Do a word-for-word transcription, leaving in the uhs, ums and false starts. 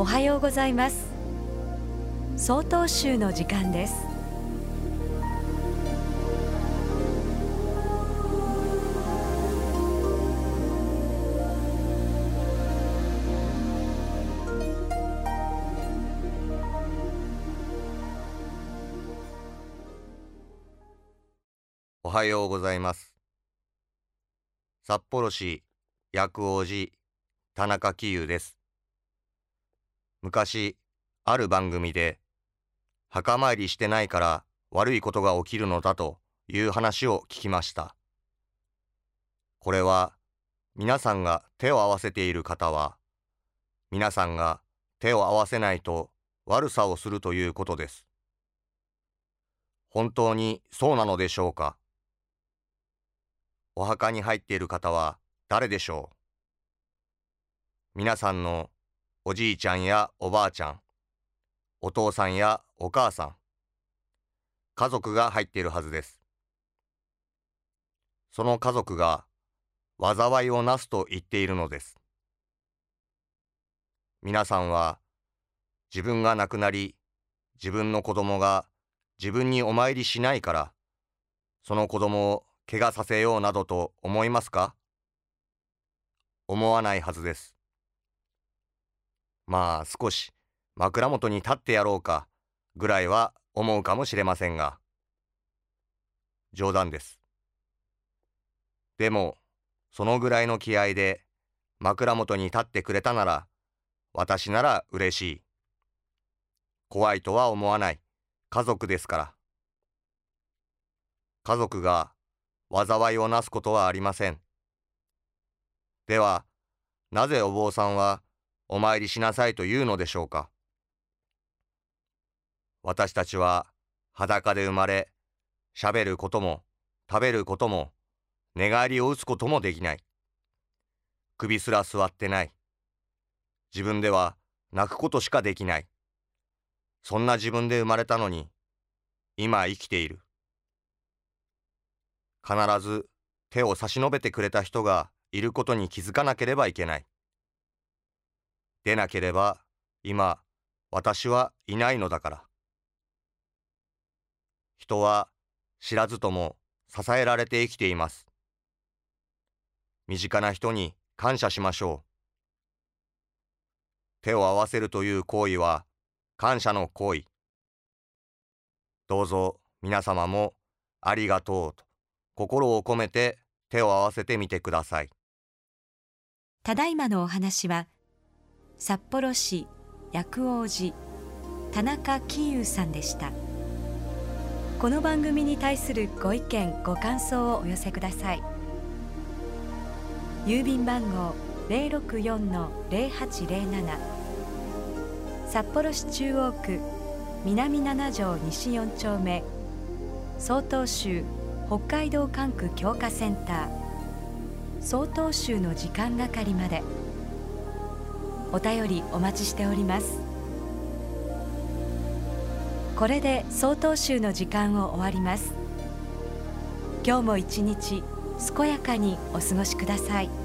おはようございます。総統集の時間です。 おはようございます。札幌市薬王寺田中喜友です。昔ある番組で墓参りしてないから悪いことが起きるのだという話を聞きました。これは皆さんが手を合わせている方は皆さんが手を合わせないと悪さをするということです。本当にそうなのでしょうか。お墓に入っている方は誰でしょう。皆さんのおじいちゃんやおばあちゃん、お父さんやお母さん、家族が入っているはずです。その家族が災いをなすと言っているのです。皆さんは自分が亡くなり、自分の子供が自分にお参りしないから、その子供を怪我させようなどと思いますか？思わないはずです。まあ少し枕元に立ってやろうかぐらいは思うかもしれませんが、冗談です。でもそのぐらいの気合で枕元に立ってくれたなら、私なら嬉しい。怖いとは思わない。家族ですから。家族が災いをなすことはありません。では、なぜお坊さんはお参りしなさいというのでしょうか。私たちは裸で生まれ、しゃべることも食べることも寝返りを打つこともできない。首すら座ってない。自分では泣くことしかできない。そんな自分で生まれたのに、今生きている。必ず手を差し伸べてくれた人がいることに気づかなければいけない。でなければ今私はいないのだから。人は知らずとも支えられて生きています。身近な人に感謝しましょう。手を合わせるという行為は感謝の行為。どうぞ皆様もありがとうと心を込めて手を合わせてみてください。 ただいまのお話は札幌市薬王寺田中喜友さんでした。この番組に対するご意見ご感想をお寄せください。郵便番号 ゼロろくよんのゼロはちゼロなな、 札幌市中央区南なな条西よん丁目、曹洞宗北海道管区強化センター曹洞宗の時間係まで。お便りお待ちしております。これで曹洞宗の時間を終わります。今日も一日健やかにお過ごしください。